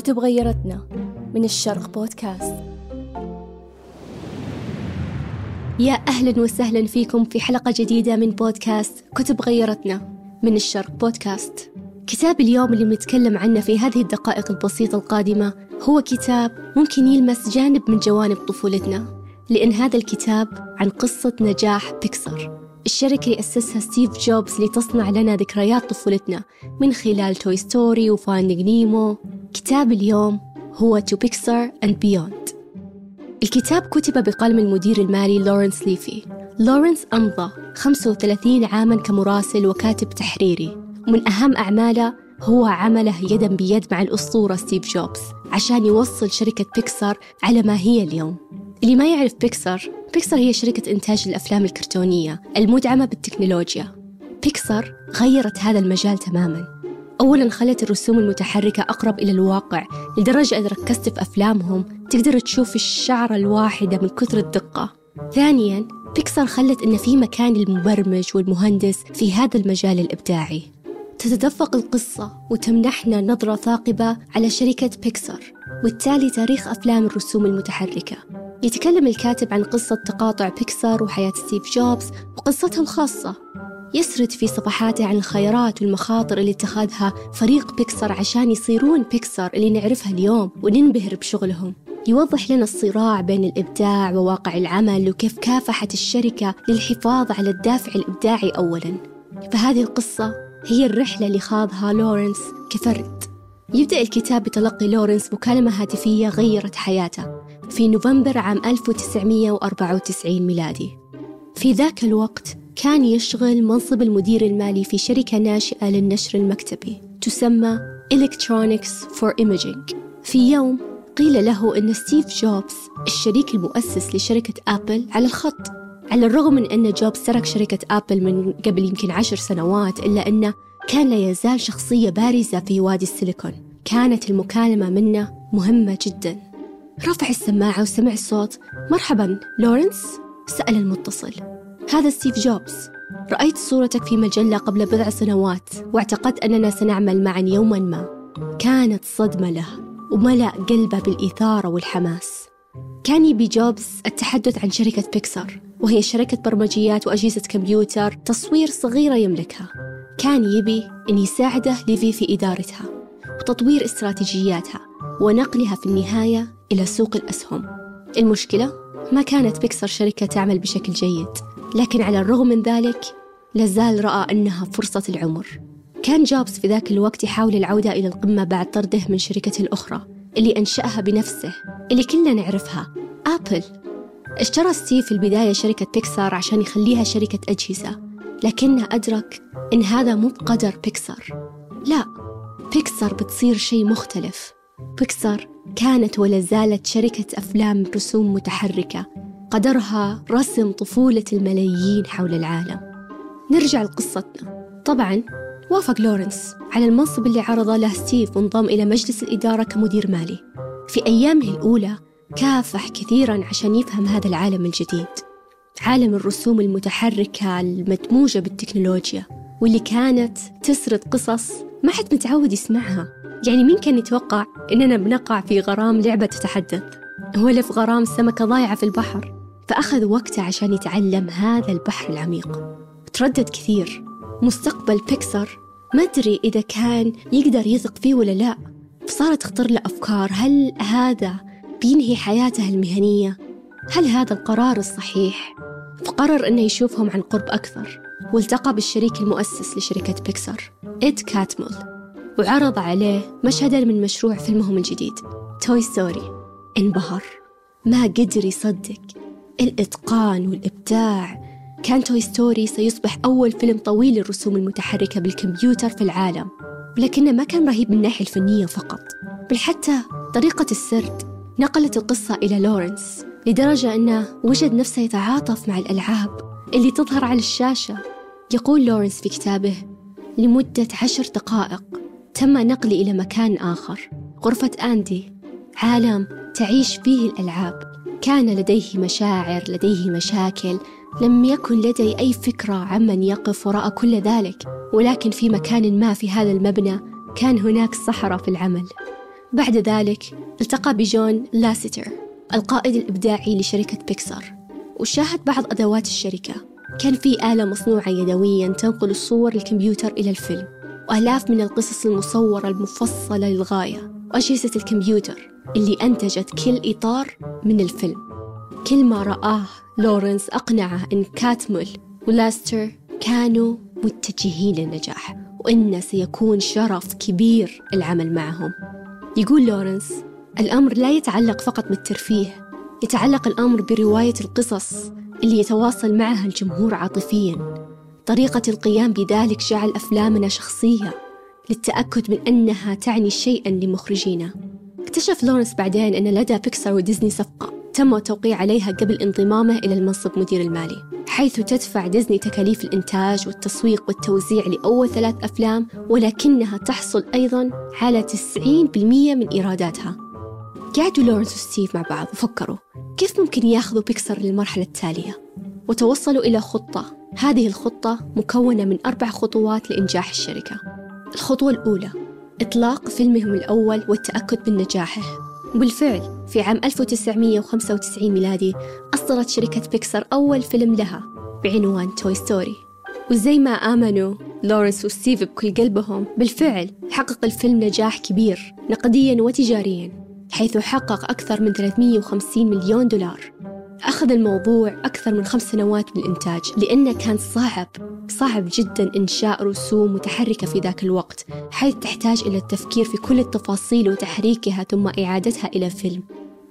كتب غيرتنا من الشرق بودكاست. يا أهلا وسهلا فيكم في حلقة جديدة من بودكاست كتب غيرتنا من الشرق بودكاست. كتاب اليوم اللي بنتكلم عنه في هذه الدقائق البسيطة القادمة هو كتاب ممكن يلمس جانب من جوانب طفولتنا، لأن هذا الكتاب عن قصة نجاح بيكسار، الشركة اللي أسسها ستيف جوبز لتصنع لنا ذكريات طفولتنا من خلال توي ستوري وفايندينج نيمو. كتاب اليوم هو To Pixar and Beyond. الكتاب كتب بقلم المدير المالي لورنس ليفي. لورنس أمضى 35 عاماً كمراسل وكاتب تحريري، ومن أهم أعماله هو عمله يداً بيد مع الأسطورة ستيف جوبز عشان يوصل شركة بيكسار على ما هي اليوم. اللي ما يعرف بيكسار هي شركة إنتاج الأفلام الكرتونية المدعمة بالتكنولوجيا. بيكسار غيرت هذا المجال تماماً. أولاً خلت الرسوم المتحركة أقرب إلى الواقع، لدرجة إذا ركزت في أفلامهم تقدر تشوف الشعرة الواحدة من كثر الدقة. ثانياً بيكسار خلت إن في مكان للمبرمج والمهندس في هذا المجال الإبداعي. تتدفق القصة وتمنحنا نظرة ثاقبة على شركة بيكسار والتالي تاريخ أفلام الرسوم المتحركة. يتكلم الكاتب عن قصة تقاطع بيكسار وحياة ستيف جوبز وقصتها الخاصة. يسرد في صفحاته عن الخيارات والمخاطر اللي اتخذها فريق بيكسار عشان يصيرون بيكسار اللي نعرفها اليوم وننبهر بشغلهم. يوضح لنا الصراع بين الإبداع وواقع العمل وكيف كافحت الشركة للحفاظ على الدافع الإبداعي أولاً. فهذه القصة هي الرحلة اللي خاضها لورنس كفرد. يبدأ الكتاب بتلقي لورنس مكالمة هاتفية غيرت حياته في نوفمبر عام 1994 ميلادي. في ذاك الوقت كان يشغل منصب المدير المالي في شركة ناشئة للنشر المكتبي تسمى Electronics for Imaging. في يوم قيل له أن ستيف جوبز الشريك المؤسس لشركة آبل على الخط. على الرغم من أن جوبز ترك شركة آبل من قبل يمكن 10 سنوات، إلا أنه كان لا يزال شخصية بارزة في وادي السيليكون. كانت المكالمة منه مهمة جدا. رفع السماعة وسمع الصوت. مرحبا لورنس، سأل المتصل. هذا ستيف جوبز، رأيت صورتك في مجلة قبل بضع سنوات واعتقدت أننا سنعمل معا يوما ما. كانت صدمة له وملأ قلبه بالإثارة والحماس. كان يبي جوبز التحدث عن شركة بيكسار، وهي شركة برمجيات وأجهزة كمبيوتر تصوير صغيرة يملكها. كان يبي أن يساعده ليفي في إدارتها وتطوير استراتيجياتها ونقلها في النهاية إلى سوق الأسهم. المشكلة ما كانت بيكسار شركة تعمل بشكل جيد، لكن على الرغم من ذلك لازال رأى أنها فرصة العمر. كان جوبز في ذاك الوقت يحاول العودة إلى القمة بعد طرده من شركته الأخرى اللي أنشأها بنفسه اللي كلنا نعرفها، آبل. اشترى ستيف في البداية شركة بيكسار عشان يخليها شركة أجهزة، لكنه أدرك إن هذا مو بقدر بيكسار. لا، بيكسار بتصير شيء مختلف. بيكسار كانت ولا زالت شركة أفلام رسوم متحركة قدرها رسم طفولة الملايين حول العالم. نرجع لقصتنا. طبعاً وافق لورنس على المنصب اللي عرضه له ستيف وانضم إلى مجلس الإدارة كمدير مالي. في أيامه الأولى كافح كثيراً عشان يفهم هذا العالم الجديد، عالم الرسوم المتحركة المدموجة بالتكنولوجيا، واللي كانت تسرد قصص ما حد متعود يسمعها. يعني مين كان يتوقع إننا بنقع في غرام لعبة تتحدث ولا في غرام سمكة ضايعة في البحر؟ فأخذ وقته عشان يتعلم هذا البحر العميق. تردد كثير. مستقبل بيكسار ما أدري إذا كان يقدر يثق فيه ولا لا. فصارت تخطر له أفكار، هل هذا بينهي حياته المهنية؟ هل هذا القرار الصحيح؟ فقرر أنه يشوفهم عن قرب أكثر، والتقى بالشريك المؤسس لشركة بيكسار إد كاتمول، وعرض عليه مشهدا من مشروع فيلمهم الجديد توي ستوري. انبهر، ما قدر يصدق الإتقان والإبداع. كان توي ستوري سيصبح أول فيلم طويل للرسوم المتحركة بالكمبيوتر في العالم، ولكنه ما كان رهيب من الناحية الفنية فقط، بل حتى طريقة السرد نقلت القصة إلى لورنس لدرجة أنه وجد نفسه يتعاطف مع الألعاب اللي تظهر على الشاشة. يقول لورنس في كتابه: لمدة 10 دقائق تم نقلي إلى مكان آخر، غرفة آندي، عالم تعيش فيه الألعاب. كان لديه مشاعر، لديه مشاكل، لم يكن لدي أي فكرة عمن يقف وراء كل ذلك، ولكن في مكان ما في هذا المبنى كان هناك سحرة في العمل. بعد ذلك التقى بجون لاسيتر القائد الإبداعي لشركة بيكسار، وشاهد بعض أدوات الشركة. كان في آلة مصنوعة يدوياً تنقل الصور الكمبيوتر إلى الفيلم، وآلاف من القصص المصورة المفصلة للغاية، وأجهزة الكمبيوتر اللي أنتجت كل إطار من الفيلم. كل ما رآه لورنس أقنعه إن كاتمول ولاسيتر كانوا متجهين للنجاح، وإنه سيكون شرف كبير العمل معهم. يقول لورنس: الأمر لا يتعلق فقط بالترفيه، يتعلق الأمر برواية القصص اللي يتواصل معها الجمهور عاطفياً. طريقة القيام بذلك جعل أفلامنا شخصية للتأكد من أنها تعني شيئاً لمخرجينا. اكتشف لورنس بعدين أن لدى بيكسار وديزني صفقة تم التوقيع عليها قبل انضمامه إلى المنصب مدير المالي، حيث تدفع ديزني تكاليف الإنتاج والتسويق والتوزيع لأول 3 أفلام، ولكنها تحصل أيضاً على 90% من إيراداتها. قعدوا لورنس وستيف مع بعض وفكروا كيف ممكن ياخذوا بيكسار للمرحلة التالية، وتوصلوا إلى خطة. هذه الخطة مكونة من 4 خطوات لإنجاح الشركة. الخطوة الأولى: إطلاق فيلمهم الأول والتأكد من نجاحه. بالفعل في عام 1995 ميلادي أصدرت شركة بيكسار أول فيلم لها بعنوان توي ستوري، وزي ما آمنوا لورنس وستيف بكل قلبهم، بالفعل حقق الفيلم نجاح كبير نقدياً وتجارياً، حيث حقق أكثر من 350 مليون دولار. أخذ الموضوع أكثر من 5 سنوات من الإنتاج، لأنه كان صعب جداً إنشاء رسوم متحركة في ذاك الوقت، حيث تحتاج إلى التفكير في كل التفاصيل وتحريكها ثم إعادتها إلى فيلم.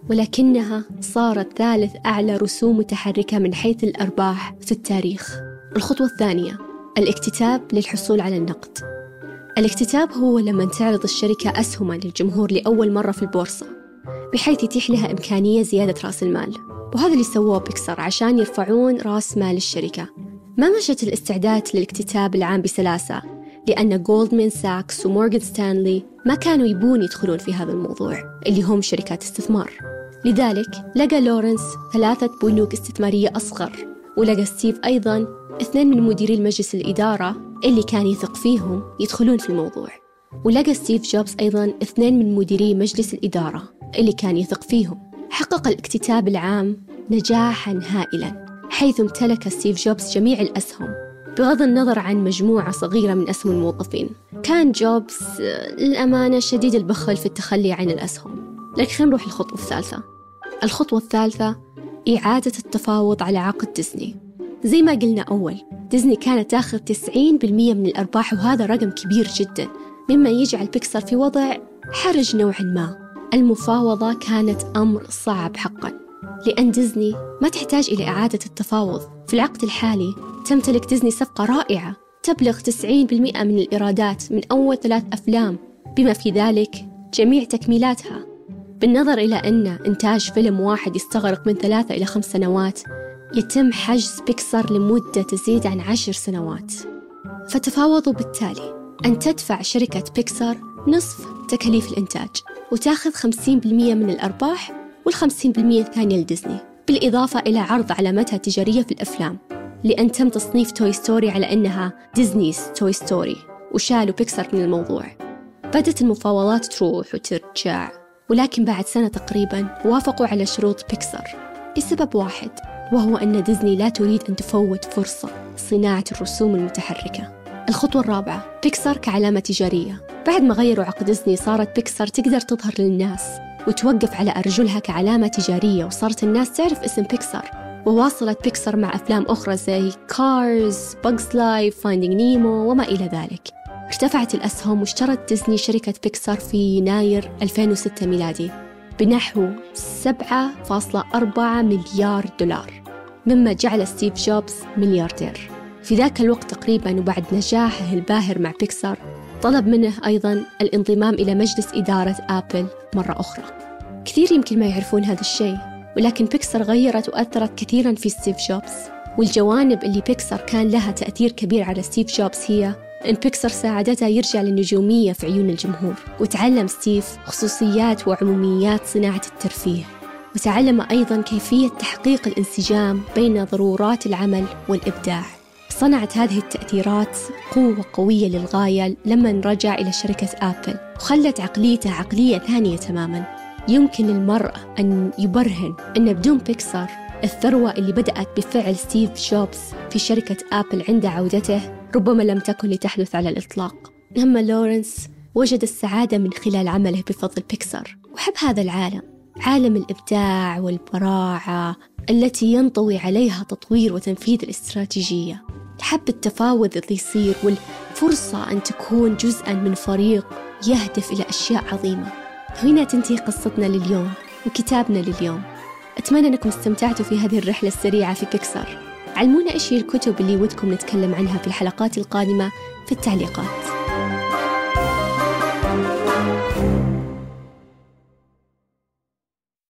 ولكنها صارت 3 أعلى رسوم متحركة من حيث الأرباح في التاريخ. الخطوة الثانية: الاكتتاب للحصول على النقد. الاكتتاب هو لما تعرض الشركة أسهمها للجمهور لأول مرة في البورصة، بحيث يتيح لها إمكانية زيادة رأس المال، وهذا اللي سووه بيكسار عشان يرفعون رأس مال الشركة. ما مشت الاستعداد للاكتتاب العام بسلاسة، لأن جولدمان ساكس ومورغان ستانلي ما كانوا يبون يدخلون في هذا الموضوع اللي هم شركات استثمار. لذلك لقى لورنس 3 بنوك استثمارية أصغر، ولقى ستيف أيضاً 2 من مديري المجلس الإدارة اللي كان يثق فيهم يدخلون في الموضوع، ولقى ستيف جوبز أيضاً 2 من مديري مجلس الإدارة اللي كان يثق فيهم. حقق الاكتتاب العام نجاحاً هائلاً، حيث امتلك ستيف جوبز جميع الأسهم بغض النظر عن مجموعة صغيرة من أسهم الموظفين. كان جوبز للأمانة شديد البخل في التخلي عن الأسهم. لكن خلينا نروح الخطوة الثالثة. الخطوة الثالثة: إعادة التفاوض على عقد ديزني. زي ما قلنا أول، ديزني كانت تأخذ 90% من الأرباح، وهذا رقم كبير جدا، مما يجعل بيكسار في وضع حرج نوعا ما. المفاوضة كانت أمر صعب حقا، لأن ديزني ما تحتاج إلى إعادة التفاوض. في العقد الحالي تمتلك ديزني صفقة رائعة تبلغ 90% من الإيرادات من أول 3 أفلام، بما في ذلك جميع تكميلاتها. بالنظر إلى أن إنتاج فيلم واحد يستغرق من 3 إلى 5 سنوات، يتم حجز بيكسار لمدة تزيد عن 10 سنوات. فتفاوضوا بالتالي أن تدفع شركة بيكسار نصف تكاليف الإنتاج، وتأخذ 50% من الأرباح، وال50% الثانية لديزني، بالإضافة إلى عرض علامتها التجارية في الأفلام، لأن تم تصنيف توي ستوري على أنها ديزني's توي ستوري، وشالوا بيكسار من الموضوع. بدت المفاوضات تروح وترجع، ولكن بعد سنة تقريباً وافقوا على شروط بيكسار لسبب واحد، وهو أن ديزني لا تريد أن تفوت فرصة صناعة الرسوم المتحركة. الخطوة الرابعة: بيكسار كعلامة تجارية. بعد ما غيروا عقد ديزني، صارت بيكسار تقدر تظهر للناس وتوقف على أرجلها كعلامة تجارية، وصارت الناس تعرف اسم بيكسار. وواصلت بيكسار مع أفلام أخرى زي كارز، باجز لايف، فايندينج نيمو وما إلى ذلك. ارتفعت الأسهم، واشترت ديزني شركة بيكسار في يناير 2006 ميلادي بنحو 7.4 مليار دولار، مما جعل ستيف جوبز ملياردير في ذاك الوقت تقريباً. وبعد نجاحه الباهر مع بيكسار، طلب منه أيضاً الانضمام إلى مجلس إدارة آبل مرة أخرى. كثير يمكن ما يعرفون هذا الشيء، ولكن بيكسار غيرت وأثرت كثيراً في ستيف جوبز. والجوانب اللي بيكسار كان لها تأثير كبير على ستيف جوبز هي إن بيكسار ساعدته يرجع للنجومية في عيون الجمهور، وتعلم ستيف خصوصيات وعموميات صناعة الترفيه، وتعلم أيضاً كيفية تحقيق الانسجام بين ضرورات العمل والإبداع. صنعت هذه التأثيرات قوة قوية للغاية لما نرجع إلى شركة آبل، وخلت عقليته عقلية ثانية تماماً. يمكن المرء أن يبرهن أن بدون بيكسار، الثروة اللي بدأت بفعل ستيف جوبز في شركة آبل عند عودته ربما لم تكن لتحدث على الإطلاق. أما لورنس وجد السعادة من خلال عمله بفضل بيكسار، وحب هذا العالم، عالم الإبداع والبراعة التي ينطوي عليها تطوير وتنفيذ الاستراتيجية. حب التفاوض اللي يصير والفرصة أن تكون جزءاً من فريق يهدف إلى أشياء عظيمة. هنا تنتهي قصتنا لليوم وكتابنا لليوم. أتمنى أنكم استمتعتوا في هذه الرحلة السريعة في بيكسار. علمونا إيش هي الكتب اللي ودكم نتكلم عنها في الحلقات القادمة في التعليقات.